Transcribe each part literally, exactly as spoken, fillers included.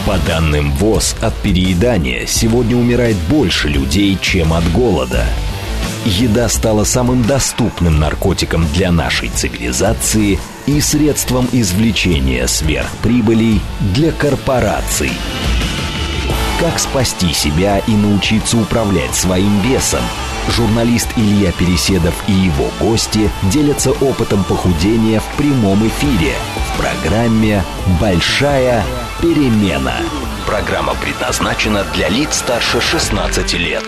По данным ВОЗ, от переедания сегодня умирает больше людей, чем от голода. Еда стала самым доступным наркотиком для нашей цивилизации и средством извлечения сверхприбылей для корпораций. Как спасти себя и научиться управлять своим весом? Журналист Илья Переседов и его гости делятся опытом похудения в прямом эфире в программе «Большая перемена». Программа предназначена для лиц старше шестнадцати лет.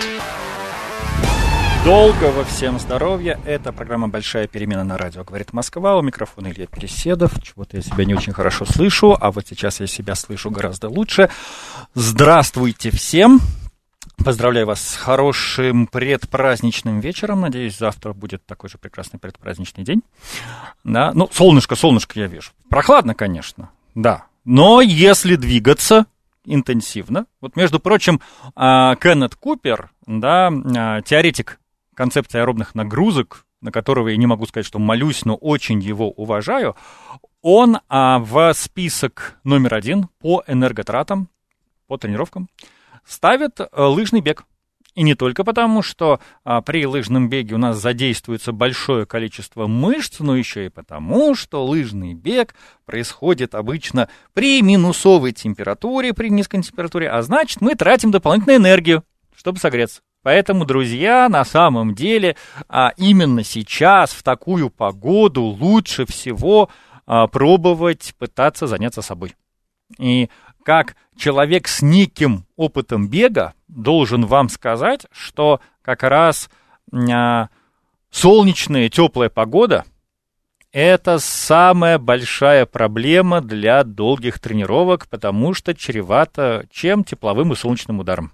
Долгого всем здоровья. Это программа «Большая перемена» на радио «Говорит Москва». У микрофона Илья Переседов. Чего-то я себя не очень хорошо слышу, а вот сейчас я себя слышу гораздо лучше. Здравствуйте всем. Поздравляю вас с хорошим предпраздничным вечером. Надеюсь, завтра будет такой же прекрасный предпраздничный день. Да. Ну, солнышко, солнышко я вижу. Прохладно, конечно, да. Но если двигаться интенсивно. Вот, между прочим, Кеннет Купер, да, теоретик концепции аэробных нагрузок, на которого я не могу сказать, что молюсь, но очень его уважаю, он а, в список номер один по энерготратам, по тренировкам, ставит а, лыжный бег. И не только потому, что а, при лыжном беге у нас задействуется большое количество мышц, но еще и потому, что лыжный бег происходит обычно при минусовой температуре, при низкой температуре, а значит, мы тратим дополнительную энергию, чтобы согреться. Поэтому, друзья, на самом деле, а, именно сейчас, в такую погоду, лучше всего а, пробовать пытаться заняться собой. И как человек с неким опытом бега должен вам сказать, что как раз а, солнечная, теплая погода – это самая большая проблема для долгих тренировок, потому что чревато чем? Тепловым и солнечным ударом.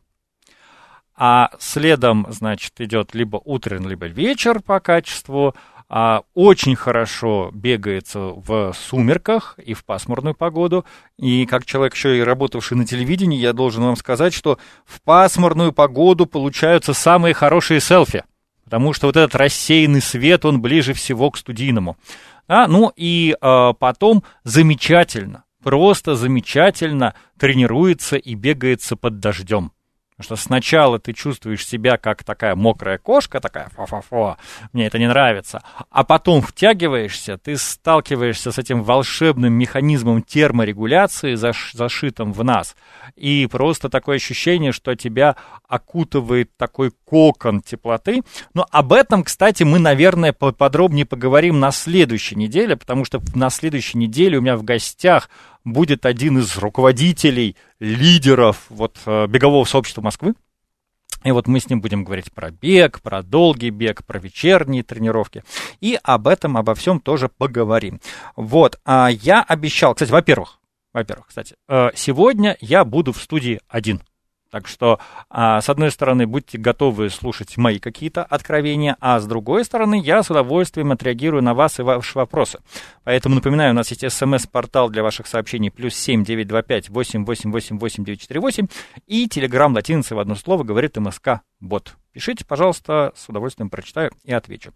А следом, значит, идет либо утренний, либо вечер по качеству. А очень хорошо бегается в сумерках и в пасмурную погоду. И как человек, еще и работавший на телевидении, я должен вам сказать, что в пасмурную погоду получаются самые хорошие селфи. Потому что вот этот рассеянный свет, он ближе всего к студийному. А, ну и а, потом замечательно, просто замечательно тренируется и бегается под дождем. Потому что сначала ты чувствуешь себя как такая мокрая кошка, такая фа-фа-фа, мне это не нравится, а потом втягиваешься, ты сталкиваешься с этим волшебным механизмом терморегуляции, заш, зашитым в нас, и просто такое ощущение, что тебя окутывает такой кокон теплоты. Но об этом, кстати, мы, наверное, подробнее поговорим на следующей неделе, потому что на следующей неделе у меня в гостях будет один из руководителей, лидеров вот, бегового сообщества Москвы. И вот мы с ним будем говорить про бег, про долгий бег, про вечерние тренировки. И об этом, обо всем тоже поговорим. Вот, а я обещал, кстати, во-первых, во-первых, кстати, сегодня я буду в студии один. Так что, с одной стороны, будьте готовы слушать мои какие-то откровения, а с другой стороны, я с удовольствием отреагирую на вас и ваши вопросы. Поэтому, напоминаю, у нас есть смс-портал для ваших сообщений плюс семь девятьсот двадцать пять восемь восемь восемь восемь девять четыре восемь и телеграм латиницей в одно слово говорит МСК-бот. Пишите, пожалуйста, с удовольствием прочитаю и отвечу.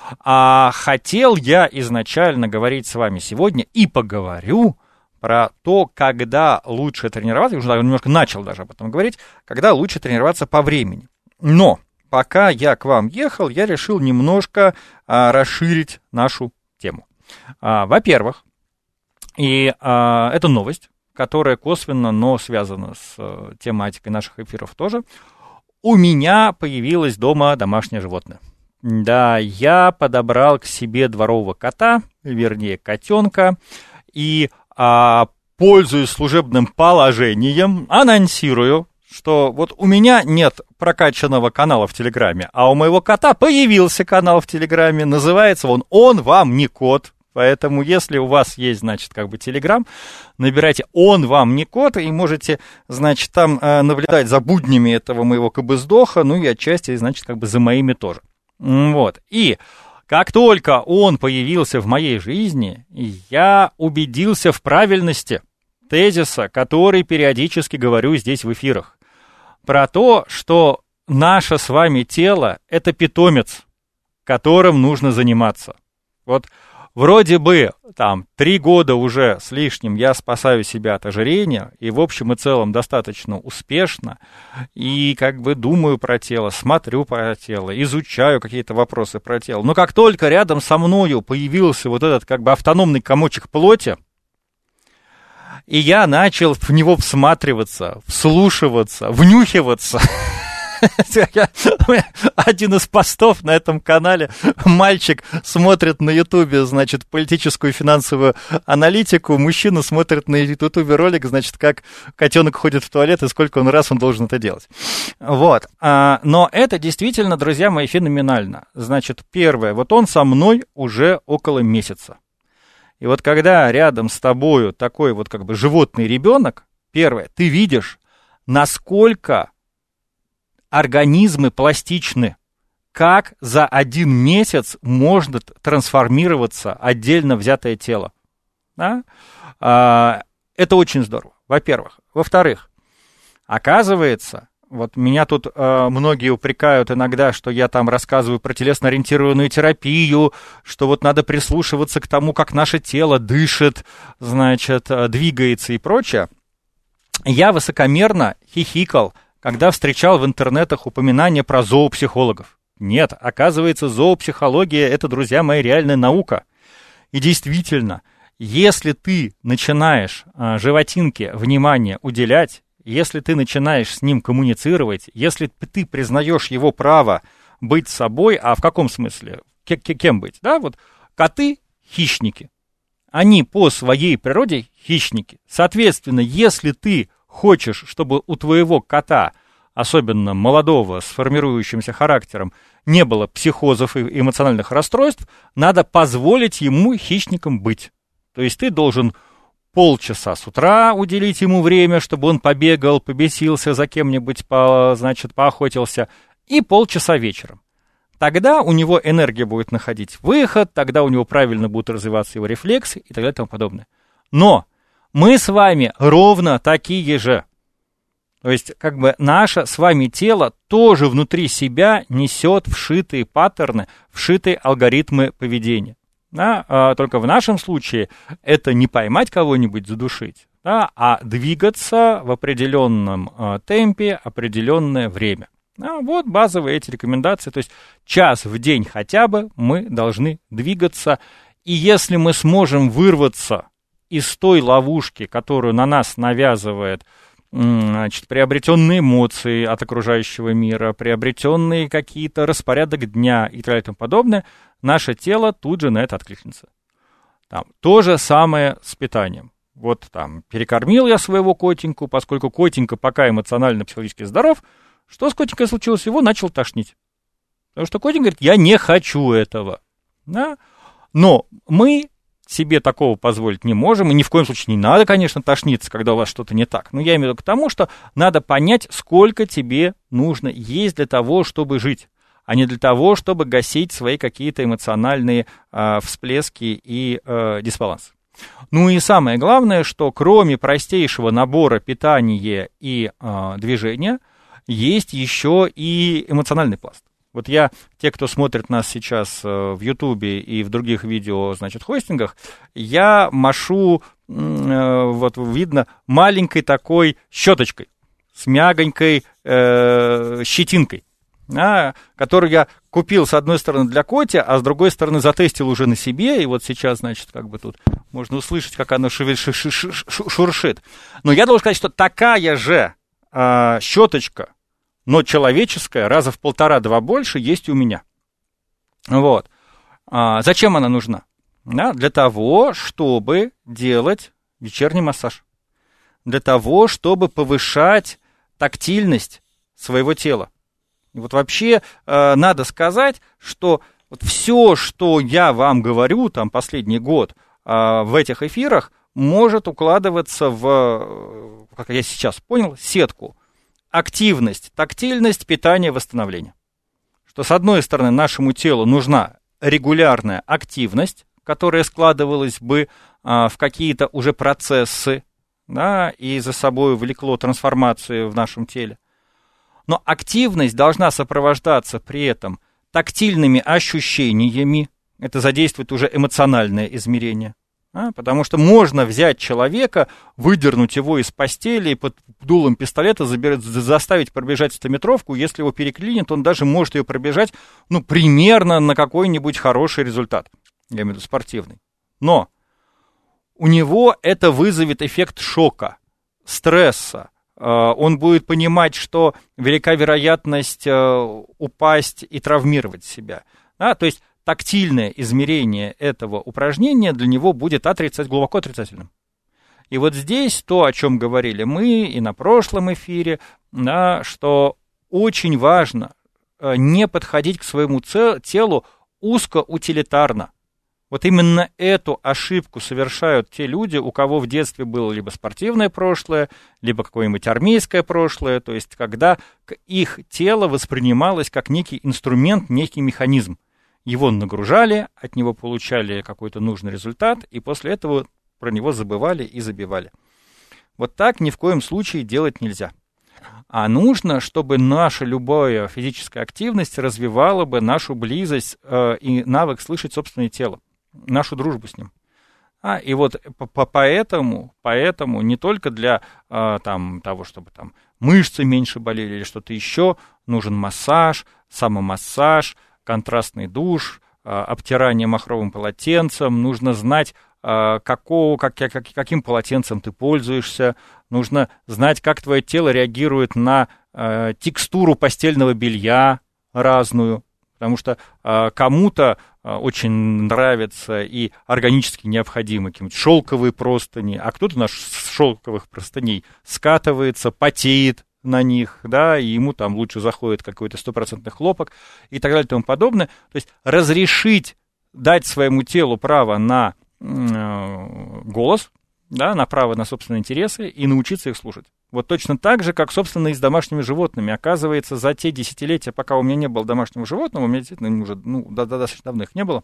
А хотел я изначально говорить с вами сегодня и поговорю про то, когда лучше тренироваться, я уже немножко начал даже об этом говорить, когда лучше тренироваться по времени. Но пока я к вам ехал, я решил немножко а, расширить нашу тему. А, во-первых, и а, это новость, которая косвенно, но связана с а, тематикой наших эфиров тоже. У меня появилось дома домашнее животное. Да, я подобрал к себе дворового кота, вернее, котенка, и А, пользуясь служебным положением, анонсирую, что вот у меня нет прокачанного канала в Телеграме, а у моего кота появился канал в Телеграме, называется он «Он вам не кот». Поэтому, если у вас есть, значит, как бы Телеграм, набирайте «Он вам не кот» и можете, значит, там э, наблюдать за буднями этого моего кобыздоха, ну и отчасти, значит, как бы за моими тоже. Вот, и как только он появился в моей жизни, я убедился в правильности тезиса, который периодически говорю здесь в эфирах, про то, что наше с вами тело – это питомец, которым нужно заниматься. Вот вроде бы там три года уже с лишним я спасаю себя от ожирения, и в общем и целом достаточно успешно, и как бы думаю про тело, смотрю про тело, изучаю какие-то вопросы про тело. Но как только рядом со мною появился вот этот как бы автономный комочек плоти, и я начал в него всматриваться, вслушиваться, внюхиваться. Один из постов на этом канале, мальчик смотрит на ютубе, значит, политическую и финансовую аналитику, мужчина смотрит на ютубе ролик, значит, как котенок ходит в туалет и сколько он раз он должен это делать. Вот. Но это действительно, друзья мои, феноменально. Значит, первое, вот он со мной уже около месяца. И вот когда рядом с тобою такой вот как бы животный ребенок, первое, ты видишь, насколько организмы пластичны, как за один месяц может трансформироваться отдельно взятое тело. Да? А, это очень здорово, во-первых. Во-вторых, оказывается, вот меня тут э, многие упрекают иногда, что я там рассказываю про телесно-ориентированную терапию, что вот надо прислушиваться к тому, как наше тело дышит, значит, двигается и прочее. Я высокомерно хихикал, когда встречал в интернетах упоминания про зоопсихологов. Нет, оказывается, зоопсихология – это, друзья мои, реальная наука. И действительно, если ты начинаешь э, животинке внимание уделять, если ты начинаешь с ним коммуницировать, если ты признаешь его право быть собой, а в каком смысле? К- кем быть? Да, вот коты – хищники. Они по своей природе хищники. Соответственно, если ты хочешь, чтобы у твоего кота, особенно молодого, с формирующимся характером, не было психозов и эмоциональных расстройств, надо позволить ему хищником быть. То есть ты должен полчаса с утра уделить ему время, чтобы он побегал, побесился за кем-нибудь, по, значит, поохотился, и полчаса вечером. Тогда у него энергия будет находить выход, тогда у него правильно будут развиваться его рефлексы и так далее и тому подобное. Но мы с вами ровно такие же. То есть, как бы наше с вами тело тоже внутри себя несет вшитые паттерны, вшитые алгоритмы поведения. Да? А только в нашем случае это не поймать кого-нибудь, задушить, да? А двигаться в определенном а, темпе, определенное время. А вот базовые эти рекомендации. То есть час в день хотя бы мы должны двигаться. И если мы сможем вырваться из той ловушки, которую на нас навязывает, значит, приобретенные эмоции от окружающего мира, приобретенные какие-то распорядок дня и так далее и тому подобное, наше тело тут же на это откликнется. Там, то же самое с питанием. Вот там перекормил я своего котеньку, поскольку котенька пока эмоционально-психологически здоров, что с котенькой случилось? Его начал тошнить. Потому что котенька говорит, я не хочу этого. Да? Но мы себе такого позволить не можем, и ни в коем случае не надо, конечно, тошниться, когда у вас что-то не так. Но я имею в виду к тому, что надо понять, сколько тебе нужно есть для того, чтобы жить, а не для того, чтобы гасить свои какие-то эмоциональные э, всплески и э, дисбалансы. Ну и самое главное, что кроме простейшего набора питания и э, движения, есть еще и эмоциональный пласт. Вот я, те, кто смотрит нас сейчас в Ютубе и в других видео, значит, хостингах, я машу, вот видно, маленькой такой щеточкой с мягонькой э, щетинкой, да, которую я купил, с одной стороны, для коти, а с другой стороны, затестил уже на себе, и вот сейчас, значит, как бы тут можно услышать, как оно шевель, ш, ш, ш, ш, шуршит. Но я должен сказать, что такая же э, щеточка, но человеческая, раза в полтора-два больше, есть у меня. Вот. А зачем она нужна? Да, для того, чтобы делать вечерний массаж. Для того, чтобы повышать тактильность своего тела. И вот вообще э, надо сказать, что вот все, что я вам говорю там последний год э, в этих эфирах, может укладываться в, как я сейчас понял, сетку. Активность, тактильность, питание, восстановление. Что, с одной стороны, нашему телу нужна регулярная активность, которая складывалась бы а, в какие-то уже процессы, да, и за собой влекло трансформацию в нашем теле. Но активность должна сопровождаться при этом тактильными ощущениями, это задействует уже эмоциональное измерение. А, потому что можно взять человека, выдернуть его из постели и под дулом пистолета забирать, заставить пробежать стометровку. Если его переклинит, он даже может ее пробежать, ну, примерно на какой-нибудь хороший результат. Я имею в виду спортивный. Но у него это вызовет эффект шока, стресса. Он будет понимать, что велика вероятность упасть и травмировать себя. Да, то есть тактильное измерение этого упражнения для него будет отрицать, глубоко отрицательным. И вот здесь то, о чем говорили мы и на прошлом эфире, да, что очень важно не подходить к своему телу узкоутилитарно. Вот именно эту ошибку совершают те люди, у кого в детстве было либо спортивное прошлое, либо какое-нибудь армейское прошлое, то есть когда их тело воспринималось как некий инструмент, некий механизм. Его нагружали, от него получали какой-то нужный результат, и после этого про него забывали и забивали. Вот так ни в коем случае делать нельзя. А нужно, чтобы наша любая физическая активность развивала бы нашу близость э, и навык слышать собственное тело, нашу дружбу с ним. А, и вот поэтому, поэтому не только для э, там, того, чтобы там, мышцы меньше болели или что-то еще, нужен массаж, самомассаж, контрастный душ, обтирание махровым полотенцем, нужно знать, какого, как, как, каким полотенцем ты пользуешься, нужно знать, как твое тело реагирует на э, текстуру постельного белья разную, потому что э, кому-то э, очень нравятся и органически необходимы какие-нибудь шелковые простыни, а кто-то наш с шелковых простыней скатывается, потеет на них, да, и ему там лучше заходит какой-то стопроцентный хлопок и так далее и тому подобное. То есть разрешить дать своему телу право на э, голос, да, на право на собственные интересы и научиться их слушать. Вот точно так же, как, собственно, и с домашними животными. Оказывается, за те десятилетия, пока у меня не было домашнего животного, у меня действительно уже ну, достаточно давно их не было,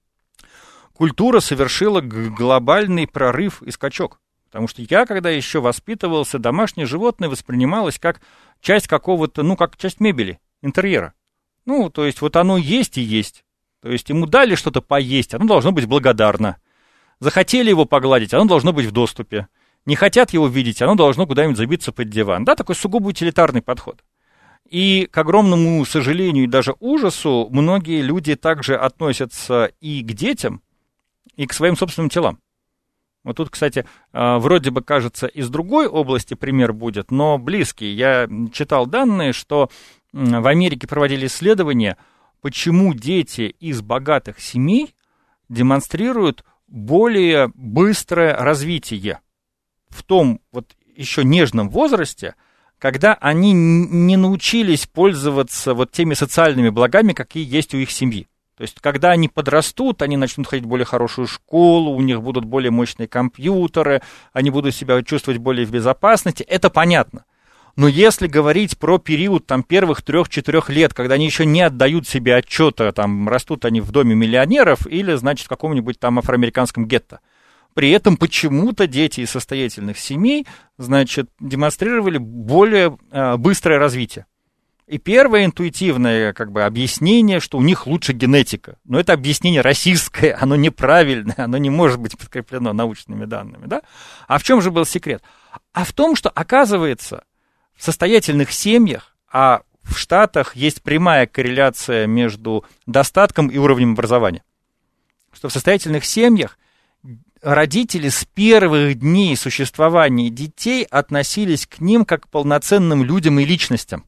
культура совершила глобальный прорыв и скачок. Потому что я, когда еще воспитывался, домашнее животное воспринималось как часть какого-то, ну, как часть мебели, интерьера. Ну, то есть вот оно есть и есть. То есть ему дали что-то поесть, оно должно быть благодарно. Захотели его погладить, оно должно быть в доступе. Не хотят его видеть, оно должно куда-нибудь забиться под диван. Да, такой сугубо утилитарный подход. И, к огромному сожалению и даже ужасу, многие люди также относятся и к детям, и к своим собственным телам. Вот тут, кстати, вроде бы, кажется, из другой области пример будет, но близкий. Я читал данные, что в Америке проводили исследования, почему дети из богатых семей демонстрируют более быстрое развитие в том вот еще нежном возрасте, когда они не научились пользоваться вот теми социальными благами, какие есть у их семьи. То есть, когда они подрастут, они начнут ходить в более хорошую школу, у них будут более мощные компьютеры, они будут себя чувствовать более в безопасности, это понятно. Но если говорить про период там, первых трех-четырех лет, когда они еще не отдают себе отчета, там, растут они в доме миллионеров или, значит, в каком-нибудь там афроамериканском гетто, при этом почему-то дети из состоятельных семей, значит, демонстрировали более э, быстрое развитие. И первое интуитивное как бы, объяснение, что у них лучше генетика. Но это объяснение расистское, оно неправильное, оно не может быть подкреплено научными данными. Да? А в чем же был секрет? А в том, что, оказывается, в состоятельных семьях, а в Штатах есть прямая корреляция между достатком и уровнем образования, что в состоятельных семьях родители с первых дней существования детей относились к ним как к полноценным людям и личностям.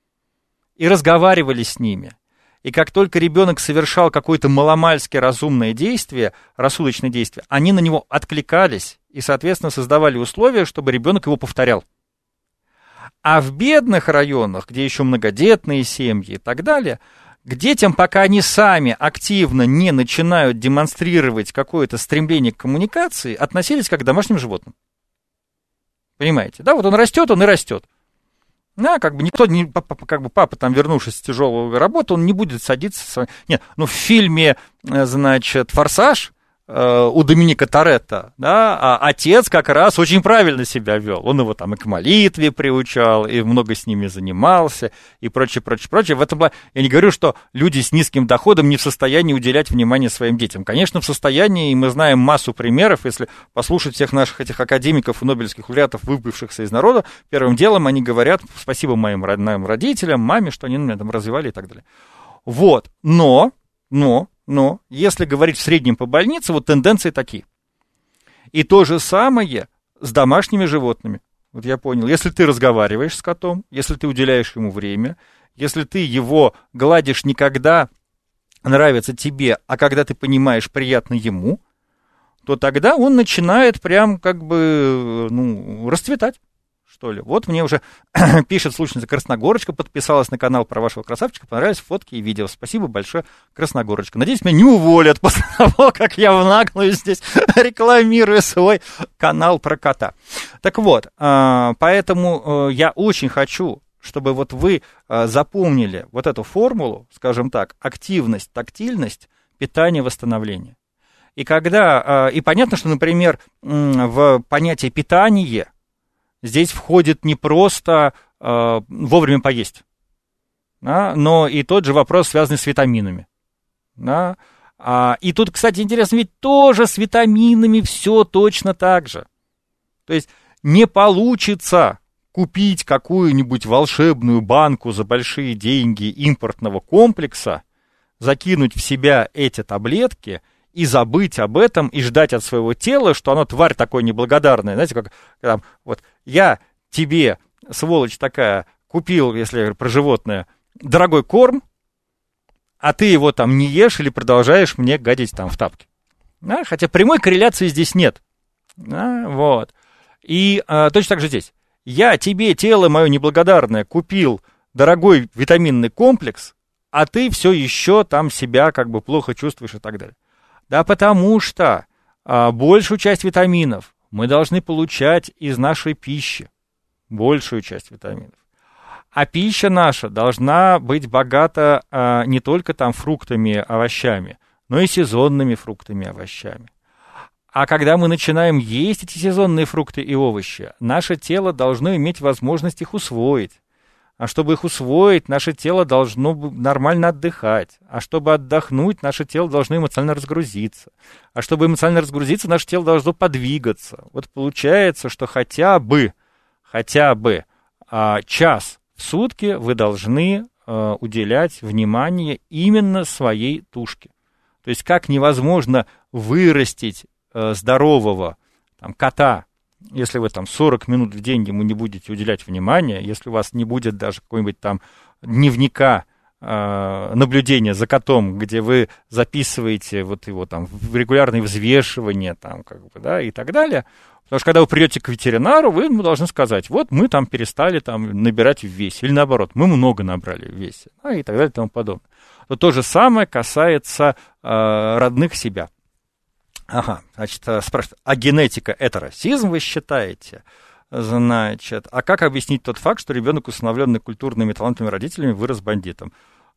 И разговаривали с ними. И как только ребенок совершал какое-то маломальски разумное действие, рассудочное действие, они на него откликались и, соответственно, создавали условия, чтобы ребенок его повторял. А в бедных районах, где еще многодетные семьи и так далее, к детям, пока они сами активно не начинают демонстрировать какое-то стремление к коммуникации, относились как к домашним животным. Понимаете? Да, вот он растет, он и растет. Да, как бы никто, не, как бы папа, там, вернувшись с тяжелой работы, он не будет садиться. Нет, ну в фильме, значит, «Форсаж», у Доминика Торетто, да, а отец как раз очень правильно себя вел. Он его там и к молитве приучал, и много с ними занимался, и прочее, прочее, прочее. В этом я не говорю, что люди с низким доходом не в состоянии уделять внимание своим детям. Конечно, в состоянии, и мы знаем массу примеров, если послушать всех наших этих академиков и нобелевских лауреатов, выбывшихся из народа, первым делом они говорят: спасибо моим родным родителям, маме, что они меня там развивали и так далее. Вот, но, но, но, если говорить в среднем по больнице, вот тенденции такие. И то же самое с домашними животными. Вот я понял, если ты разговариваешь с котом, если ты уделяешь ему время, если ты его гладишь не когда нравится тебе, а когда ты понимаешь, приятно ему, то тогда он начинает прям как бы, ну, расцветать. Что ли. Вот мне уже пишет слушательница Красногорочка, подписалась на канал про вашего красавчика, понравились фотки и видео. Спасибо большое, Красногорочка. Надеюсь, меня не уволят после того, как я в наглую здесь рекламирую свой канал про кота. Так вот, поэтому я очень хочу, чтобы вот вы запомнили вот эту формулу, скажем так, активность, тактильность, питание, восстановление. И когда, и понятно, что, например, в понятие питание здесь входит не просто э, вовремя поесть, да, но и тот же вопрос, связанный с витаминами. Да. А, и тут, кстати, интересно, ведь тоже с витаминами все точно так же. То есть не получится купить какую-нибудь волшебную банку за большие деньги импортного комплекса, закинуть в себя эти таблетки и забыть об этом, и ждать от своего тела, что оно тварь такой неблагодарная. Знаете, как там, вот я тебе, сволочь такая, купил, если я говорю про животное, дорогой корм, а ты его там не ешь или продолжаешь мне гадить там в тапки. Да? Хотя прямой корреляции здесь нет. Да? Вот. И а, точно так же здесь. Я тебе, тело мое неблагодарное, купил дорогой витаминный комплекс, а ты все еще там себя как бы плохо чувствуешь и так далее. Да потому что а, большую часть витаминов мы должны получать из нашей пищи. Большую часть витаминов. А пища наша должна быть богата а, не только там фруктами, овощами, но и сезонными фруктами и овощами. А когда мы начинаем есть эти сезонные фрукты и овощи, наше тело должно иметь возможность их усвоить. А чтобы их усвоить, наше тело должно нормально отдыхать. А чтобы отдохнуть, наше тело должно эмоционально разгрузиться. А чтобы эмоционально разгрузиться, наше тело должно подвигаться. Вот получается, что хотя бы, хотя бы а, час в сутки вы должны а, уделять внимание именно своей тушке. То есть как невозможно вырастить а, здорового там, кота, если вы там сорок минут в день ему не будете уделять внимания, если у вас не будет даже какого-нибудь там дневника э, наблюдения за котом, где вы записываете вот его там регулярные взвешивания там, как бы, да, и так далее. Потому что когда вы придете к ветеринару, вы ему должны сказать: вот мы там перестали там набирать в весе, или наоборот, мы много набрали в весе, да, и так далее и тому подобное. Но то же самое касается э, родных себя. Ага, значит, спрашивают, а генетика – это расизм, вы считаете? Значит, а как объяснить тот факт, что ребенок, усыновленный культурными талантливыми родителями, вырос бандитом?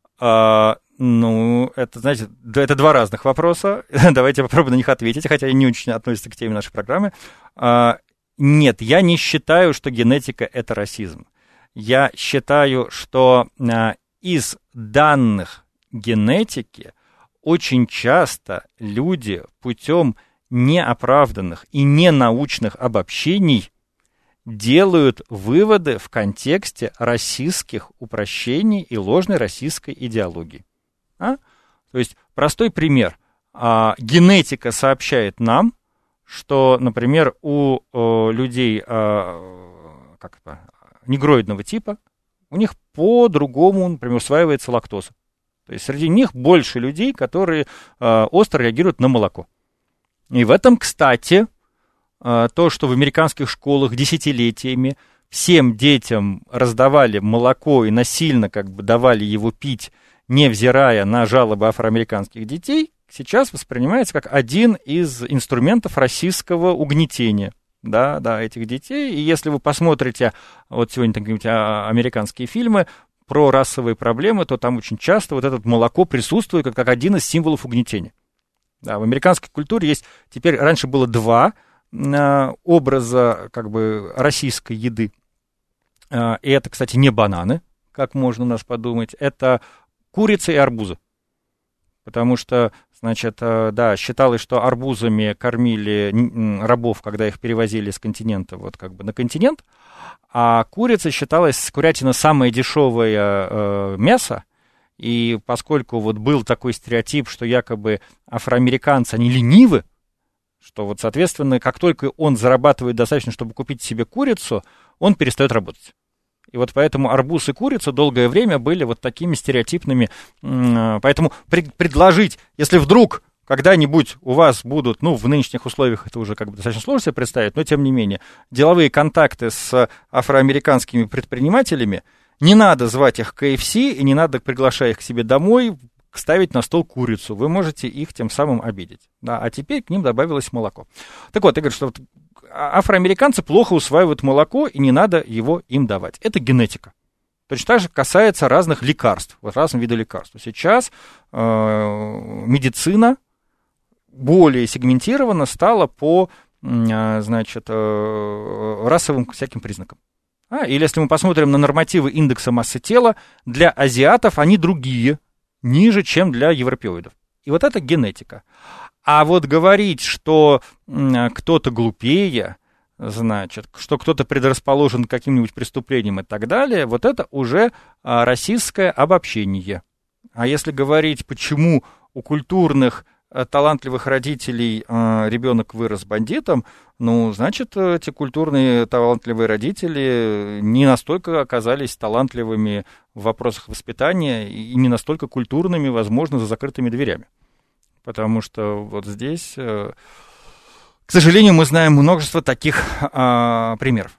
А, ну, это, знаете, это два разных вопроса. Давайте попробуем на них ответить, хотя они не очень относятся к теме нашей программы. А, нет, я не считаю, что генетика – это расизм. Я считаю, что а, из данных генетики очень часто люди путем неоправданных и ненаучных обобщений делают выводы в контексте расистских упрощений и ложной расистской идеологии. А? То есть простой пример. А, генетика сообщает нам, что, например, у о, людей а, как это, негроидного типа, у них по-другому, например, усваивается лактоза. То есть среди них больше людей, которые э, остро реагируют на молоко. И в этом, кстати, э, то, что в американских школах десятилетиями всем детям раздавали молоко и насильно как бы давали его пить, невзирая на жалобы афроамериканских детей, сейчас воспринимается как один из инструментов расистского угнетения. Да, да, этих детей. И если вы посмотрите вот сегодня какие-нибудь американские фильмы про расовые проблемы, то там очень часто вот это молоко присутствует как, как один из символов угнетения. Да, в американской культуре есть теперь, раньше было два э, образа как бы российской еды. Э, и это, кстати, не бананы, как можно у нас подумать, это курица и арбузы. Потому что, значит, э, да, считалось, что арбузами кормили рабов, когда их перевозили с континента вот как бы на континент, а курица считалась, курятина самое дешевое э, мясо. И поскольку вот был такой стереотип, что якобы афроамериканцы, они ленивы, что вот, соответственно, как только он зарабатывает достаточно, чтобы купить себе курицу, он перестает работать. И вот поэтому арбуз и курица долгое время были вот такими стереотипными. Поэтому пред- предложить, если вдруг когда-нибудь у вас будут, ну, в нынешних условиях это уже как бы достаточно сложно себе представить, но тем не менее, деловые контакты с афроамериканскими предпринимателями, не надо звать их к кей эф си и не надо, приглашая их к себе домой, ставить на стол курицу. Вы можете их тем самым обидеть. Да, а теперь к ним добавилось молоко. Так вот, я говорю, что вот афроамериканцы плохо усваивают молоко, и не надо его им давать. Это генетика. Точно так же касается разных лекарств, вот разных видов лекарств. Сейчас э, медицина более сегментирована стала по э, значит, э, расовым всяким признакам. А, или если мы посмотрим на нормативы индекса массы тела, для азиатов они другие, ниже, чем для европеоидов. И вот это генетика. А вот говорить, что кто-то глупее, значит, что кто-то предрасположен к каким-нибудь преступлениям и так далее, вот это уже расистское обобщение. А если говорить, почему у культурных талантливых родителей э, ребенок вырос бандитом, ну, значит, эти культурные талантливые родители не настолько оказались талантливыми в вопросах воспитания и не настолько культурными, возможно, за закрытыми дверями. Потому что вот здесь, э, к сожалению, мы знаем множество таких э, примеров.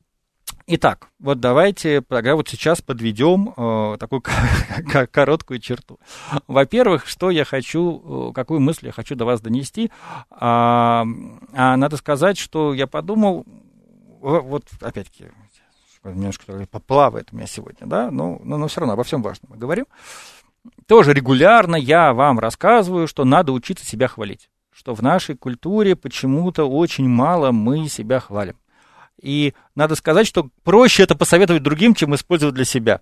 Итак, вот давайте тогда вот сейчас подведем э, такую короткую черту. Во-первых, что я хочу, какую мысль я хочу до вас донести. А, а надо сказать, что я подумал, вот опять-таки, немножко поплавает у меня сегодня, да, но, но, но все равно обо всем важном мы говорим. Тоже регулярно я вам рассказываю, что надо учиться себя хвалить. Что в нашей культуре почему-то очень мало мы себя хвалим. И надо сказать, что проще это посоветовать другим, чем использовать для себя.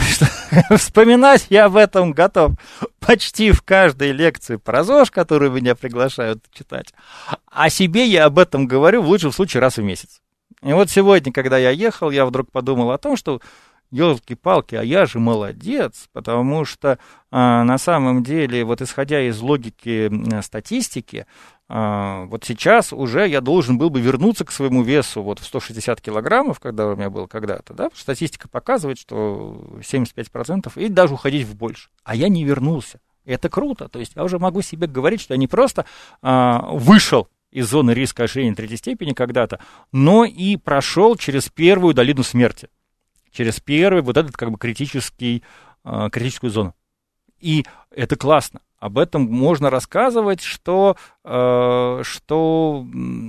Вспоминать я об этом готов почти в каждой лекции про ЗОЖ, которую меня приглашают читать. А себе я об этом говорю в лучшем случае раз в месяц. И вот сегодня, когда я ехал, я вдруг подумал о том, что ёлки-палки, а я же молодец, потому что а, на самом деле, вот исходя из логики а, статистики, а, вот сейчас уже я должен был бы вернуться к своему весу вот в сто шестьдесят килограммов, когда у меня был когда-то, да, статистика показывает, что семьдесят пять процентов, и даже уходить в больше, а я не вернулся. Это круто, то есть я уже могу себе говорить, что я не просто а, вышел из зоны риска ожирения третьей степени когда-то, но и прошел через первую долину смерти. Через первый вот этот как бы критический, э, критическую зону. И это классно. Об этом можно рассказывать, что, э, что,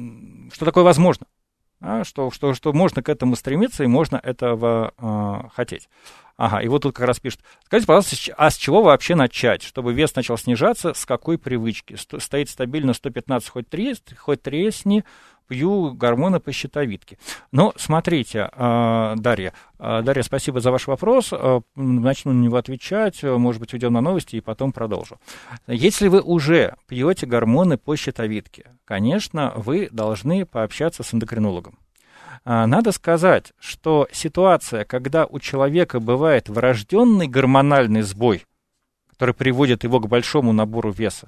что такое возможно. А, что, что, что можно к этому стремиться и можно этого э, хотеть. Ага, и вот тут как раз пишет. Скажите, пожалуйста, а с чего вообще начать, чтобы вес начал снижаться, с какой привычки? Стоит стабильно сто пятнадцать, хоть тресни, хоть тресни, пью гормоны по щитовидке. Ну, смотрите, Дарья, Дарья, спасибо за ваш вопрос. Начну на него отвечать, может быть, уйдем на новости и потом продолжу. Если вы уже пьете гормоны по щитовидке, конечно, вы должны пообщаться с эндокринологом. Надо сказать, что ситуация, когда у человека бывает врожденный гормональный сбой, который приводит его к большому набору веса,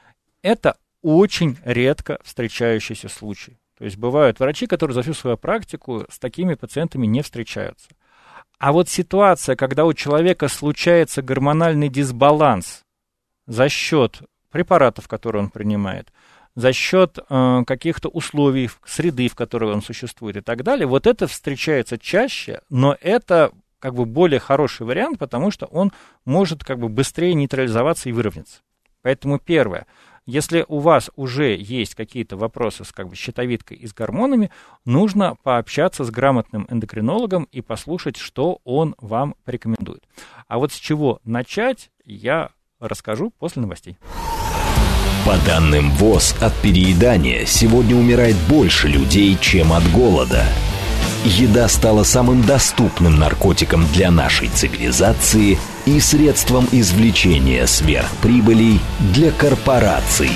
это очень редко встречающийся случай. То есть бывают врачи, которые за всю свою практику с такими пациентами не встречаются. А вот ситуация, когда у человека случается гормональный дисбаланс за счет препаратов, которые он принимает, за счет э, каких-то условий, среды, в которой он существует и так далее, вот это встречается чаще, но это как бы более хороший вариант, потому что он может как бы быстрее нейтрализоваться и выровняться. Поэтому первое. Если у вас уже есть какие-то вопросы с как бы щитовидкой и с гормонами, нужно пообщаться с грамотным эндокринологом и послушать, что он вам порекомендует. А вот с чего начать, я расскажу после новостей. По данным ВОЗ, от переедания сегодня умирает больше людей, чем от голода. Еда стала самым доступным наркотиком для нашей цивилизации и средством извлечения сверхприбылей для корпораций.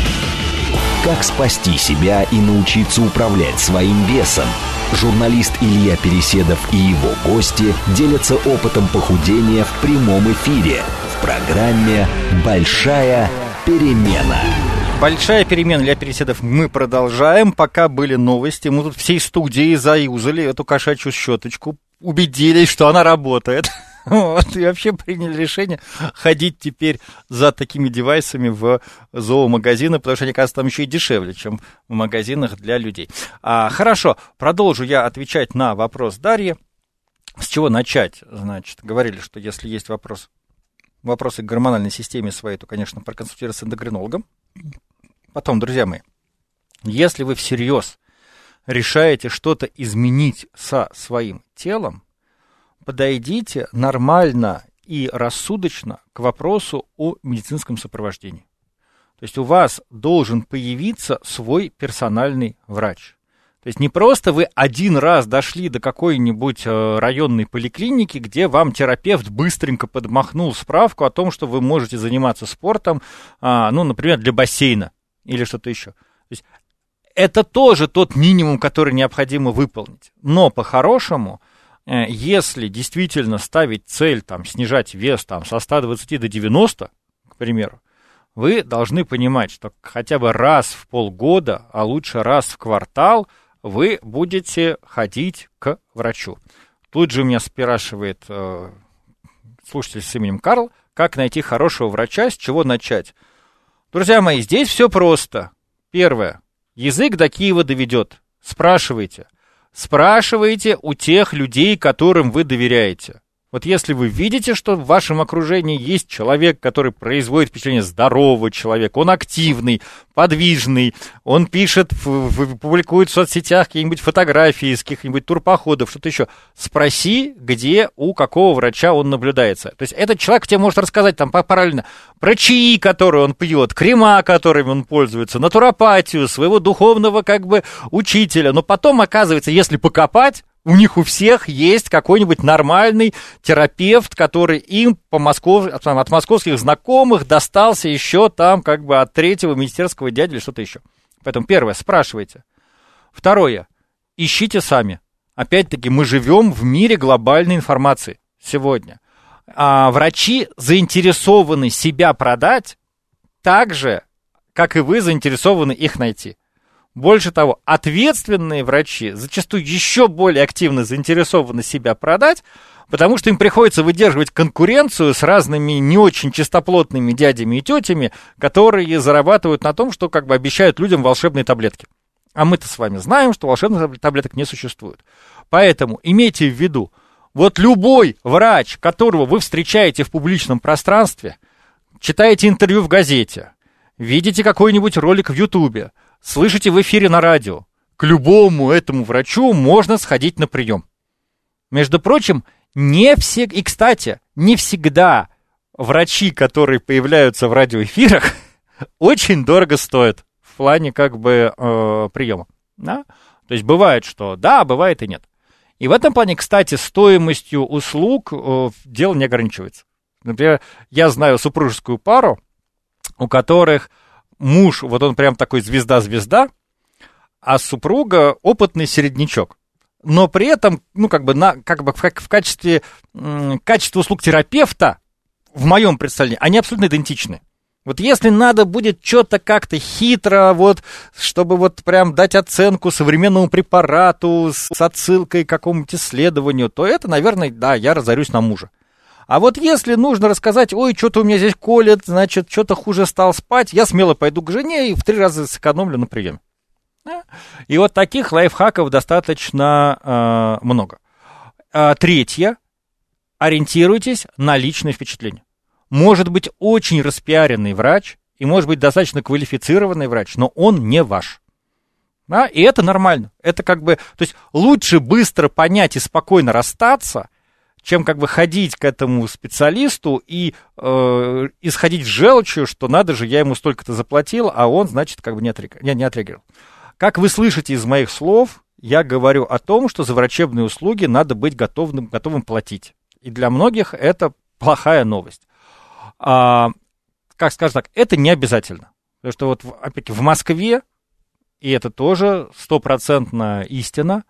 Как спасти себя и научиться управлять своим весом? Журналист Илья Переседов и его гости делятся опытом похудения в прямом эфире в программе «Большая перемена». Большая перемена, Илья Переседов. Мы продолжаем. Пока были новости, мы тут всей студией заюзали эту кошачью щеточку, убедились, что она работает. Вот, и вообще приняли решение ходить теперь за такими девайсами в зоомагазины, потому что они, кажется, там еще и дешевле, чем в магазинах для людей. А, хорошо, продолжу я отвечать на вопрос Дарьи. С чего начать? Значит, говорили, что если есть вопрос, вопросы к гормональной системе своей, то, конечно, проконсультироваться с эндокринологом. Потом, друзья мои, если вы всерьез решаете что-то изменить со своим телом, подойдите нормально и рассудочно к вопросу о медицинском сопровождении. То есть у вас должен появиться свой персональный врач. То есть не просто вы один раз дошли до какой-нибудь районной поликлиники, где вам терапевт быстренько подмахнул справку о том, что вы можете заниматься спортом, ну, например, для бассейна или что-то еще. То есть это тоже тот минимум, который необходимо выполнить. Но по-хорошему, если действительно ставить цель там, снижать вес там, со ста двадцати до девяноста, к примеру, вы должны понимать, что хотя бы раз в полгода, а лучше раз в квартал, вы будете ходить к врачу. Тут же у меня спрашивает э, слушатель с именем Карл, как найти хорошего врача, с чего начать. Друзья мои, здесь все просто. Первое. Язык до Киева доведет. Спрашивайте. Спрашивайте у тех людей, которым вы доверяете. Вот если вы видите, что в вашем окружении есть человек, который производит впечатление здорового человека, он активный, подвижный, он пишет, публикует в соцсетях какие-нибудь фотографии из каких-нибудь турпоходов, что-то еще, спроси, где, у какого врача он наблюдается. То есть этот человек тебе может рассказать там параллельно про чаи, которые он пьет, крема, которыми он пользуется, натуропатию, своего духовного как бы учителя. Но потом, оказывается, если покопать, у них у всех есть какой-нибудь нормальный терапевт, который им по Москов... от московских знакомых достался еще там как бы от третьего министерского дяди или что-то еще. Поэтому первое, спрашивайте. Второе, ищите сами. Опять-таки, мы живем в мире глобальной информации сегодня. А врачи заинтересованы себя продать так же, как и вы заинтересованы их найти. Больше того, ответственные врачи зачастую еще более активно заинтересованы себя продать, потому что им приходится выдерживать конкуренцию с разными не очень чистоплотными дядями и тетями, которые зарабатывают на том, что как бы обещают людям волшебные таблетки. А мы-то с вами знаем, что волшебных таблеток не существует. Поэтому имейте в виду, вот любой врач, которого вы встречаете в публичном пространстве, читаете интервью в газете, видите какой-нибудь ролик в Ютубе, слышите в эфире на радио, к любому этому врачу можно сходить на прием. Между прочим, не все, и, кстати, не всегда врачи, которые появляются в радиоэфирах, очень дорого стоят в плане как бы э, приема. Да? То есть бывает, что да, бывает и нет. И в этом плане, кстати, стоимостью услуг э, дело не ограничивается. Например, я знаю супружескую пару, у которых муж, вот он прям такой звезда-звезда, а супруга опытный середнячок. Но при этом, ну, как бы, на, как бы в, в качестве, м, качество услуг терапевта, в моем представлении, они абсолютно идентичны. Вот если надо будет что-то как-то хитро, вот, чтобы вот прям дать оценку современному препарату с, с отсылкой к какому-нибудь исследованию, то это, наверное, да, я разорюсь на мужа. А вот если нужно рассказать, ой, что-то у меня здесь колет, значит, что-то хуже стал спать, я смело пойду к жене и в три раза сэкономлю на приеме. И вот таких лайфхаков достаточно э, много. А, третье. Ориентируйтесь на личные впечатления. Может быть очень распиаренный врач и может быть достаточно квалифицированный врач, но он не ваш. Да? И это нормально. Это как бы, то есть лучше быстро понять и спокойно расстаться, чем как бы ходить к этому специалисту и э, исходить желчью, что надо же, я ему столько-то заплатил, а он, значит, как бы не, отреаг... не, не отреагировал. Как вы слышите из моих слов, я говорю о том, что за врачебные услуги надо быть готовым, готовым платить. И для многих это плохая новость. А, как скажем так, это не обязательно. Потому что вот, опять-таки, в Москве, и это тоже стопроцентная истина,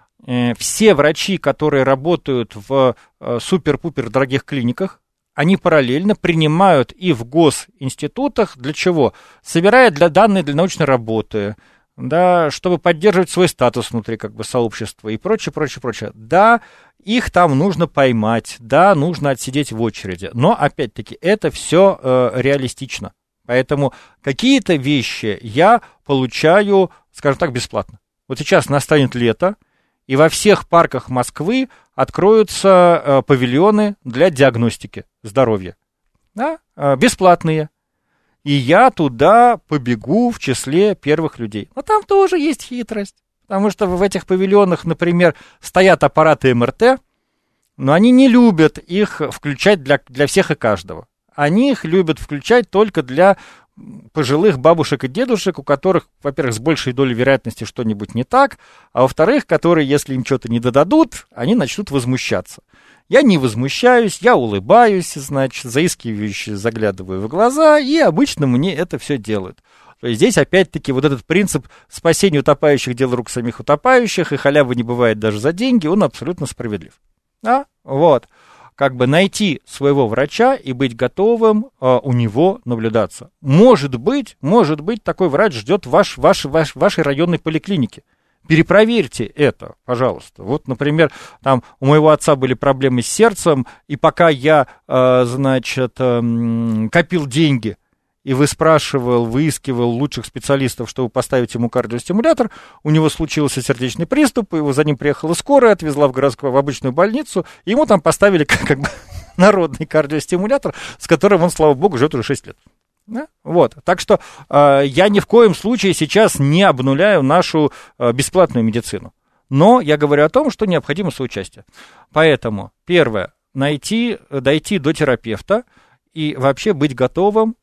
все врачи, которые работают в супер-пупер дорогих клиниках, они параллельно принимают и в госинститутах, для чего? Собирают для данные для научной работы, да, чтобы поддерживать свой статус внутри как бы сообщества и прочее, прочее, прочее. Да, их там нужно поймать, да, нужно отсидеть в очереди, но, опять-таки, это все э, реалистично. Поэтому какие-то вещи я получаю, скажем так, бесплатно. Вот сейчас настанет лето, и во всех парках Москвы откроются э, павильоны для диагностики здоровья. Да? Э, бесплатные. И я туда побегу в числе первых людей. Но там тоже есть хитрость. Потому что в этих павильонах, например, стоят аппараты эм эр тэ, но они не любят их включать для, для всех и каждого. Они их любят включать только для пожилых бабушек и дедушек, у которых, во-первых, с большей долей вероятности что-нибудь не так, а во-вторых, которые, если им что-то не додадут, они начнут возмущаться. Я не возмущаюсь, я улыбаюсь, значит, заискивающе заглядываю в глаза, и обычно мне это все делают. То есть здесь, опять-таки, вот этот принцип спасения утопающих — дело рук самих утопающих, и халявы не бывает даже за деньги, он абсолютно справедлив. Да? Вот. Как бы найти своего врача и быть готовым э, у него наблюдаться. Может быть, может быть, такой врач ждет ваш, ваш, ваш, вашей районной поликлиники. Перепроверьте это, пожалуйста. Вот, например, там у моего отца были проблемы с сердцем, и пока я, э, значит, э, копил деньги и выспрашивал, выискивал лучших специалистов, чтобы поставить ему кардиостимулятор, у него случился сердечный приступ, его за ним приехала скорая, отвезла в городскую, в обычную больницу, и ему там поставили как, как бы народный кардиостимулятор, с которым он, слава богу, живет уже шесть лет. Да? Вот. Так что э, я ни в коем случае сейчас не обнуляю нашу э, бесплатную медицину. Но я говорю о том, что необходимо соучастие. Поэтому, первое, найти, дойти до терапевта и вообще быть готовым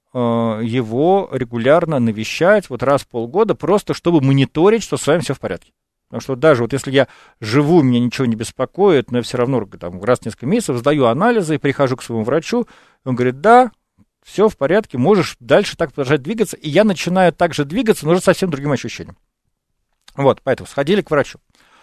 его регулярно навещать вот раз в полгода, просто чтобы мониторить, что с вами все в порядке. Потому что даже вот если я живу, меня ничего не беспокоит, но я все равно там, раз в несколько месяцев сдаю анализы и прихожу к своему врачу, он говорит, да, все в порядке, можешь дальше так продолжать двигаться, и я начинаю так же двигаться, но уже совсем другим ощущением. Вот, поэтому сходили к врачу.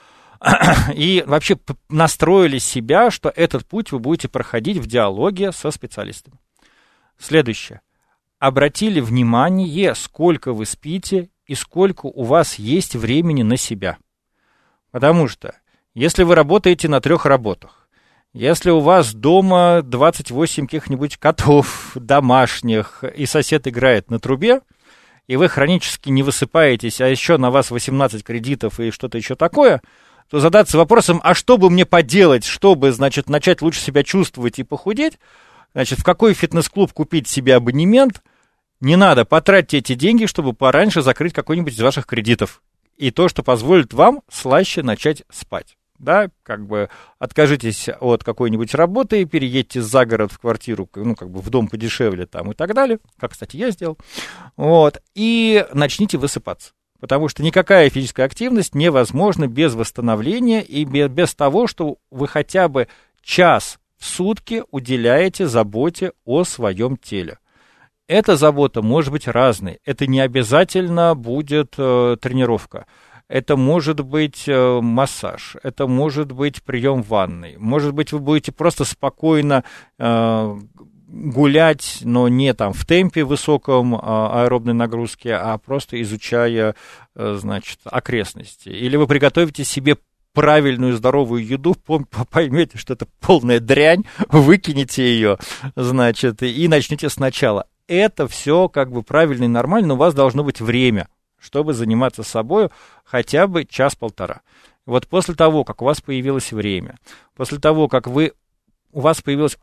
И вообще настроили себя, что этот путь вы будете проходить в диалоге со специалистами. Следующее. Обратили внимание, сколько вы спите и сколько у вас есть времени на себя. Потому что, если вы работаете на трех работах, если у вас дома двадцать восемь каких-нибудь котов домашних, и сосед играет на трубе, и вы хронически не высыпаетесь, а еще на вас восемнадцать кредитов и что-то еще такое, то задаться вопросом, а что бы мне поделать, чтобы, значит, начать лучше себя чувствовать и похудеть, значит, в какой фитнес-клуб купить себе абонемент, не надо, потратьте эти деньги, чтобы пораньше закрыть какой-нибудь из ваших кредитов. И то, что позволит вам слаще начать спать. Да, как бы откажитесь от какой-нибудь работы, переедьте за город в квартиру, ну, как бы в дом подешевле там и так далее, как, кстати, я сделал, вот, и начните высыпаться. Потому что никакая физическая активность невозможна без восстановления и без, без того, что вы хотя бы час в сутки уделяете заботе о своем теле. Эта забота может быть разной. Это не обязательно будет э, тренировка. Это может быть э, массаж. Это может быть прием ванной. Может быть, вы будете просто спокойно э, гулять, но не там в темпе высоком э, аэробной нагрузки, а просто изучая, э, значит, окрестности. Или вы приготовите себе правильную здоровую еду, поймете, что это полная дрянь, выкинете ее, значит, и начнете сначала. Это все как бы правильно и нормально, но у вас должно быть время, чтобы заниматься собой хотя бы час-полтора. Вот после того, как у вас появилось время, после того, как вы, у вас появилась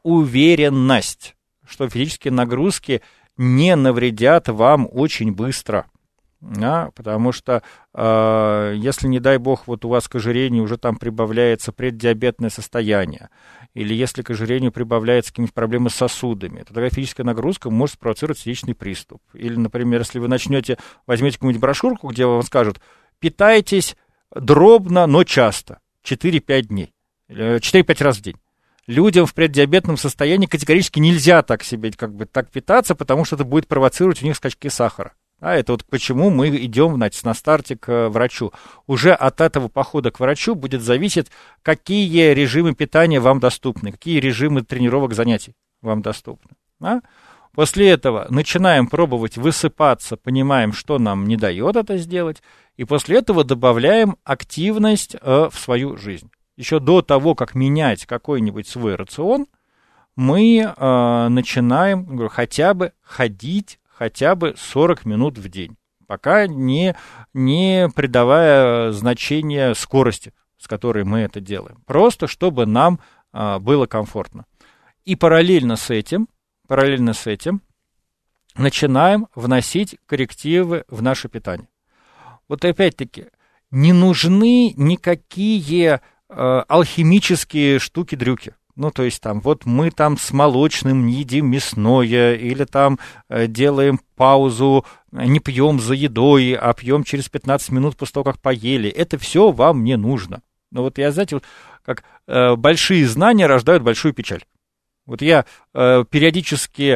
уверенность, что физические нагрузки не навредят вам очень быстро, Да, потому что э, если, не дай бог, вот у вас к ожирению уже там прибавляется преддиабетное состояние, или если к ожирению прибавляются какие-нибудь проблемы с сосудами, то такая физическая нагрузка может спровоцировать сердечный приступ. Или, например, если вы начнете, возьмете какую-нибудь брошюрку, где вам скажут, питайтесь дробно, но часто, четыре-пять дней, четыре-пять раз в день. Людям в преддиабетном состоянии категорически нельзя так себе, как бы, так питаться, потому что это будет провоцировать у них скачки сахара. А это вот почему мы идем, значит, на старте к врачу. Уже от этого похода к врачу будет зависеть, какие режимы питания вам доступны, какие режимы тренировок, занятий вам доступны. А? После этого начинаем пробовать высыпаться, понимаем, что нам не дает это сделать, и после этого добавляем активность э, в свою жизнь. Еще до того, как менять какой-нибудь свой рацион, мы э, начинаем, говорю, хотя бы ходить хотя бы сорок минут в день, пока не, не придавая значения скорости, с которой мы это делаем. Просто чтобы нам а, было комфортно. И параллельно с этим, параллельно с этим начинаем вносить коррективы в наше питание. Вот опять-таки, не нужны никакие а, алхимические штуки-дрюки. Ну, то есть, там, вот мы там с молочным не едим мясное, или там э, делаем паузу, не пьем за едой, а пьем через пятнадцать минут после того, как поели. Это все вам не нужно. Но вот я, знаете, вот, как э, большие знания рождают большую печаль. Вот я э, периодически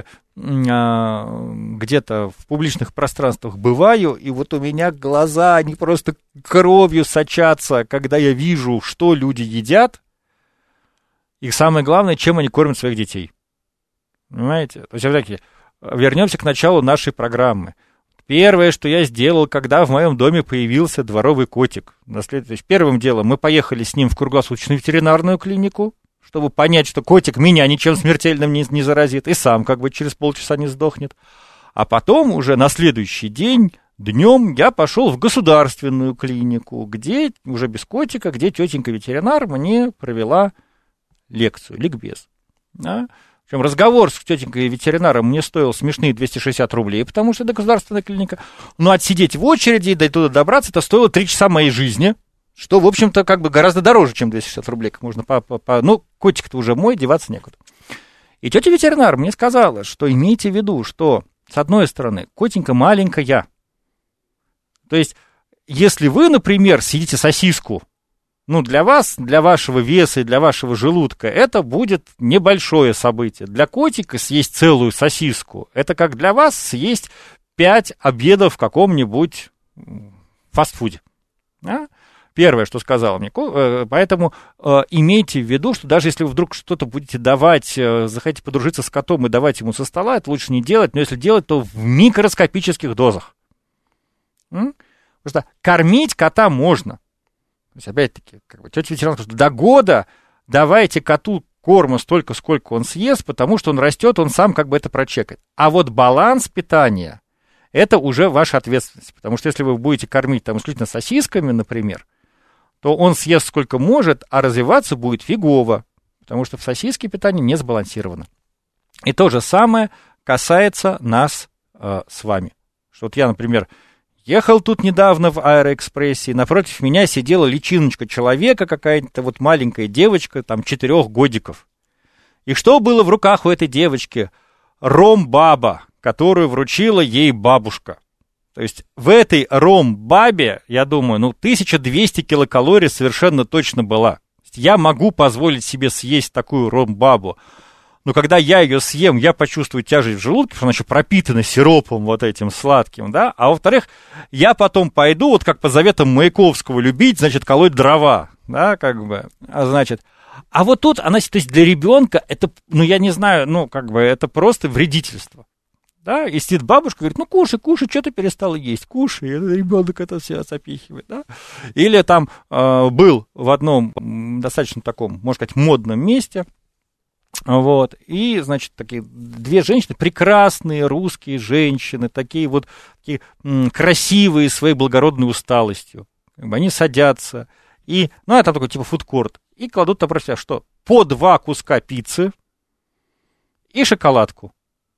э, где-то в публичных пространствах бываю, и вот у меня глаза, они просто кровью сочатся, когда я вижу, что люди едят. И самое главное, чем они кормят своих детей. Понимаете? То есть, все-таки вернемся к началу нашей программы. Первое, что я сделал, когда в моем доме появился дворовый котик. То есть, первым делом мы поехали с ним в круглосуточную ветеринарную клинику, чтобы понять, что котик меня ничем смертельным не, не заразит, и сам как бы через полчаса не сдохнет. А потом уже на следующий день, днем, я пошел в государственную клинику, где уже без котика, где тетенька-ветеринар мне провела лекцию, ликбез. Да? Причем разговор с тетенькой ветеринаром мне стоил смешные двести шестьдесят рублей, потому что это государственная клиника. Но отсидеть в очереди и до туда добраться, это стоило три часа моей жизни, что, в общем-то, как бы гораздо дороже, чем двести шестьдесят рублей. Как можно по, по, по... Ну, котик-то уже мой, деваться некуда. И тетя ветеринар мне сказала, что имейте в виду, что, с одной стороны, котенька маленькая. То есть, если вы, например, съедите сосиску, ну, для вас, для вашего веса и для вашего желудка это будет небольшое событие. Для котика съесть целую сосиску, это как для вас съесть пять обедов в каком-нибудь фастфуде. Да? Первое, что сказала мне. Поэтому э, имейте в виду, что даже если вы вдруг что-то будете давать, э, захотите подружиться с котом и давать ему со стола, это лучше не делать, но если делать, то в микроскопических дозах. М? Потому что кормить кота можно. То есть, опять-таки, как бы, тетя ветеринар говорит, до года давайте коту корма столько, сколько он съест, потому что он растет, он сам как бы это прочекает. А вот баланс питания, это уже ваша ответственность. Потому что если вы будете кормить там исключительно сосисками, например, то он съест сколько может, а развиваться будет фигово. Потому что в сосиске питание не сбалансировано. И то же самое касается нас э, с вами. Что вот я, например, ехал тут недавно в Аэроэкспрессе, и напротив меня сидела личиночка человека, какая-то вот маленькая девочка, там, четырех годиков. И что было в руках у этой девочки? Ром-баба, которую вручила ей бабушка. То есть в этой ром-бабе, я думаю, ну, тысяча двести килокалорий совершенно точно была. Я могу позволить себе съесть такую ром-бабу. Но когда я ее съем, я почувствую тяжесть в желудке, потому что она еще пропитана сиропом вот этим сладким, да, а во-вторых, я потом пойду, вот как по заветам Маяковского любить, значит, колоть дрова, да, как бы, а значит, а вот тут она, то есть для ребенка это, ну, я не знаю, ну, как бы, это просто вредительство, да, и сидит бабушка, говорит, ну, кушай, кушай, что ты перестала есть, кушай, и ребенок это все запихивает, да, или там э, был в одном достаточно таком, можно сказать, модном месте. Вот, и, значит, такие две женщины, прекрасные русские женщины, такие вот такие, м, красивые своей благородной усталостью. Как бы они садятся, и, ну, это такой типа фудкорт, и кладут напротив себя что? По два куска пиццы и шоколадку.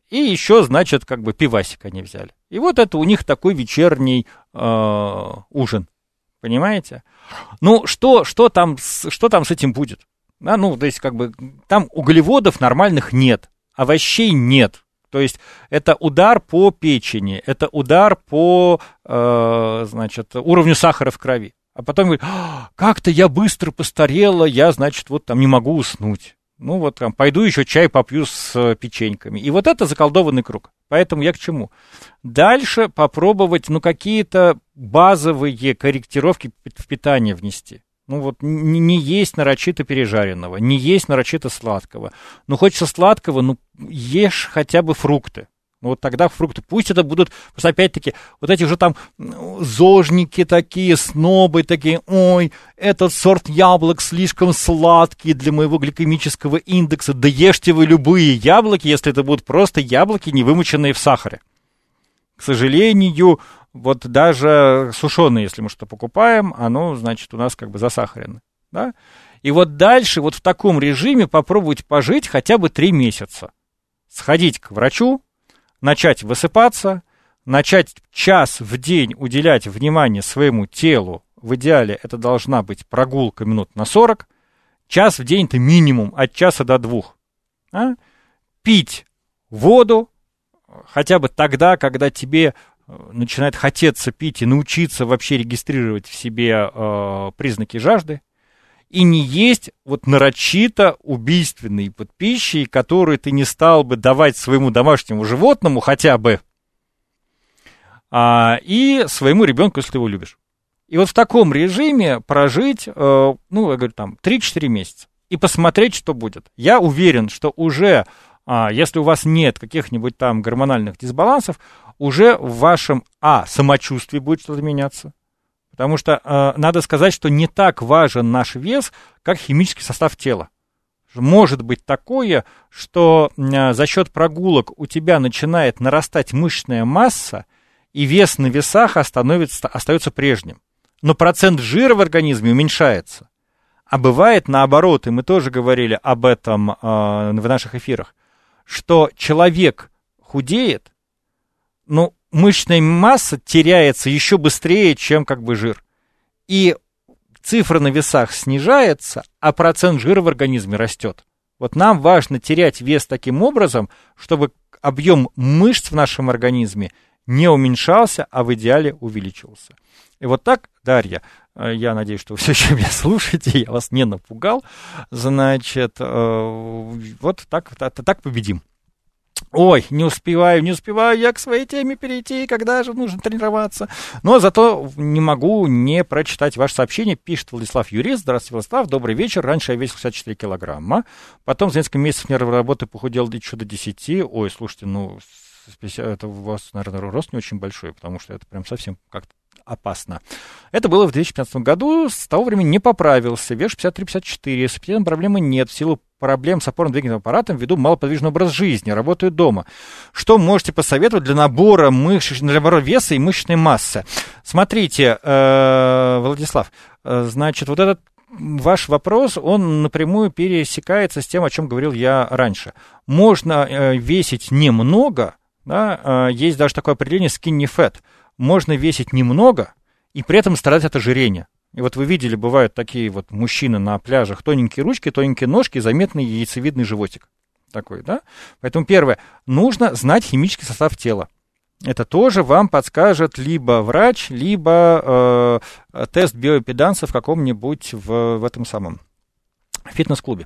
И еще, значит, как бы пивасик они взяли. И вот это у них такой вечерний э, ужин. Понимаете? Ну, что, что, там, что там с этим будет? Да, ну, то есть, как бы, там углеводов нормальных нет, овощей нет. То есть, это удар по печени, это удар по, э, значит, уровню сахара в крови. А потом говорит, как-то я быстро постарела, я, значит, вот там не могу уснуть. Ну, вот там, пойду еще чай попью с печеньками. И вот это заколдованный круг. Поэтому я к чему? Дальше попробовать, ну, какие-то базовые корректировки в питание внести. Ну, вот не, не есть нарочито пережаренного, не есть нарочито сладкого. Ну, хочется сладкого, ну, ешь хотя бы фрукты. Ну, вот тогда фрукты, пусть это будут, просто опять-таки, вот эти же там зожники такие, снобы такие, ой, этот сорт яблок слишком сладкий для моего гликемического индекса. Да ешьте вы любые яблоки, если это будут просто яблоки, не вымоченные в сахаре. К сожалению, вот даже сушеные, если мы что-то покупаем, оно, значит, у нас как бы засахарено, да? И вот дальше, вот в таком режиме попробовать пожить хотя бы три месяца. Сходить к врачу, начать высыпаться, начать час в день уделять внимание своему телу. В идеале это должна быть прогулка минут на сорок. Час в день это минимум от часа до двух. А? Пить воду хотя бы тогда, когда тебе начинает хотеться пить и научиться вообще регистрировать в себе э, признаки жажды. И не есть вот нарочито убийственной под пищей, которую ты не стал бы давать своему домашнему животному хотя бы, а, и своему ребенку, если ты его любишь. И вот в таком режиме прожить, э, ну, я говорю, там, три-четыре месяца и посмотреть, что будет. Я уверен, что уже, а, если у вас нет каких-нибудь там гормональных дисбалансов, уже в вашем, а, самочувствии будет что-то меняться. Потому что э, надо сказать, что не так важен наш вес, как химический состав тела. Может быть такое, что э, за счет прогулок у тебя начинает нарастать мышечная масса, и вес на весах остановится, остается прежним. Но процент жира в организме уменьшается. А бывает наоборот, и мы тоже говорили об этом э, в наших эфирах, что человек худеет, ну, мышечная масса теряется еще быстрее, чем как бы жир. И цифра на весах снижается, а процент жира в организме растет. Вот нам важно терять вес таким образом, чтобы объем мышц в нашем организме не уменьшался, а в идеале увеличивался. И вот так, Дарья, я надеюсь, что вы все еще меня слушаете, я вас не напугал, значит, вот так, так, так победим. Ой, не успеваю, не успеваю я к своей теме перейти, когда же нужно тренироваться. Но зато не могу не прочитать ваше сообщение. Пишет Владислав Юрист. Здравствуйте, Владислав, добрый вечер. Раньше я весил шестьдесят четыре килограмма. Потом за несколько месяцев нервной работы похудел еще до десяти. Ой, слушайте, ну, это у вас, наверное, рост не очень большой, потому что это прям совсем как-то опасно. Это было в две тысячи пятнадцатом году, с того времени не поправился, вес пятьдесят три - пятьдесят четыре, с аппетитом проблемы нет, в силу проблем с опорно-двигательным аппаратом веду малоподвижный образ жизни, работаю дома. Что можете посоветовать для набора, мышц, для набора веса и мышечной массы? Смотрите, э, Владислав, э, значит, вот этот ваш вопрос, он напрямую пересекается с тем, о чем говорил я раньше. Можно э, весить немного, да, э, есть даже такое определение skinny fat. Можно весить немного и при этом страдать от ожирения. И вот вы видели, бывают такие вот мужчины на пляжах, тоненькие ручки, тоненькие ножки, заметный яйцевидный животик. Такой, да? Поэтому первое, нужно знать химический состав тела. Это тоже вам подскажет либо врач, либо э, тест биоимпеданса в каком-нибудь в, в этом самом фитнес-клубе.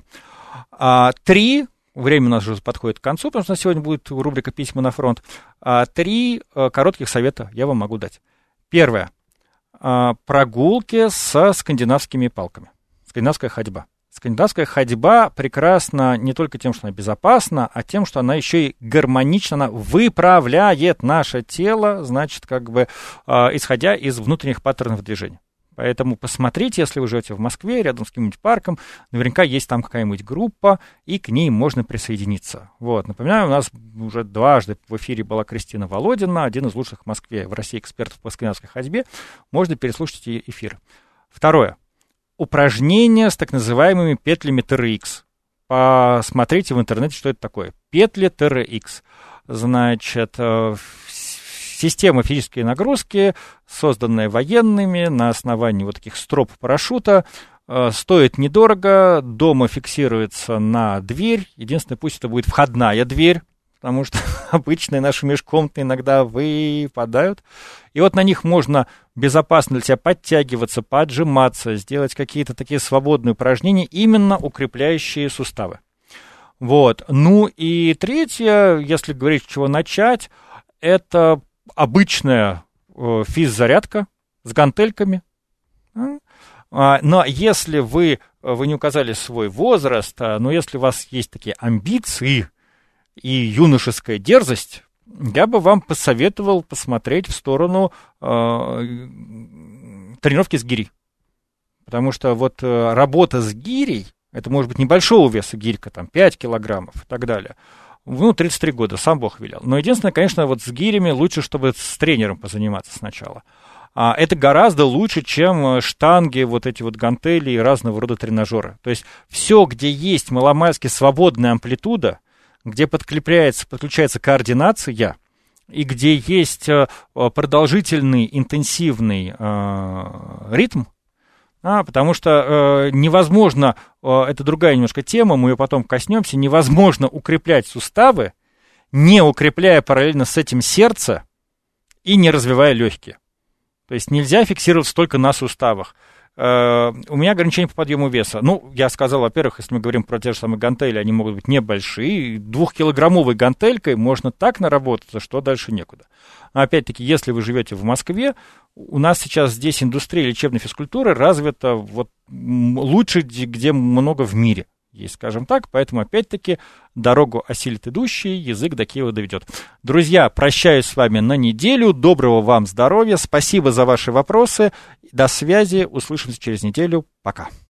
А, три... Время у нас уже подходит к концу, потому что сегодня будет рубрика «Письма на фронт». А, три а, коротких совета я вам могу дать. Первое. А, прогулки со скандинавскими палками. Скандинавская ходьба. Скандинавская ходьба прекрасна не только тем, что она безопасна, а тем, что она еще и гармонично, она выправляет наше тело, значит, как бы а, исходя из внутренних паттернов движения. Поэтому посмотрите, если вы живете в Москве, рядом с каким-нибудь парком, наверняка есть там какая-нибудь группа, и к ней можно присоединиться. Вот. Напоминаю, у нас уже дважды в эфире была Кристина Володина, один из лучших в Москве, в России экспертов по скандинавской ходьбе. Можно переслушать эфир. Второе. Упражнения с так называемыми петлями тэ эр икс. Посмотрите в интернете, что это такое. Петли тэ эр икс. значит, система физической нагрузки, созданная военными на основании вот таких строп парашюта, стоит недорого, дома фиксируется на дверь. Единственное, пусть это будет входная дверь, потому что обычные наши межкомнатные иногда выпадают. И вот на них можно безопасно для себя подтягиваться, поджиматься, сделать какие-то такие свободные упражнения, именно укрепляющие суставы. Вот. Ну и третье, если говорить, с чего начать, это обычная физзарядка с гантельками. Но если вы, вы не указали свой возраст, но если у вас есть такие амбиции и юношеская дерзость, я бы вам посоветовал посмотреть в сторону э, тренировки с гирей. Потому что вот э, работа с гирей, это может быть небольшого веса гирька, там пять килограммов и так далее. Ну, тридцать три года, сам Бог велел. Но единственное, конечно, вот с гирями лучше, чтобы с тренером позаниматься сначала. Это гораздо лучше, чем штанги, вот эти вот гантели и разного рода тренажеры. То есть все, где есть маломальски свободная амплитуда, где подкрепляется, подключается координация, и где есть продолжительный, интенсивный э, ритм, а, потому что э, невозможно, э, это другая немножко тема, мы ее потом коснемся, невозможно укреплять суставы, не укрепляя параллельно с этим сердце и не развивая легкие. То есть нельзя фиксироваться только на суставах. Uh, у меня ограничения по подъему веса. Ну, я сказал, во-первых, если мы говорим про те же самые гантели, они могут быть небольшие. Двухкилограммовой гантелькой можно так наработаться, что дальше некуда. Но опять-таки, если вы живете в Москве, у нас сейчас здесь индустрия лечебной физкультуры развита вот лучше, где много в мире есть, скажем так. Поэтому, опять-таки, дорогу осилит идущий, язык до Киева доведет. Друзья, прощаюсь с вами на неделю. Доброго вам здоровья. Спасибо за ваши вопросы. До связи. Услышимся через неделю. Пока.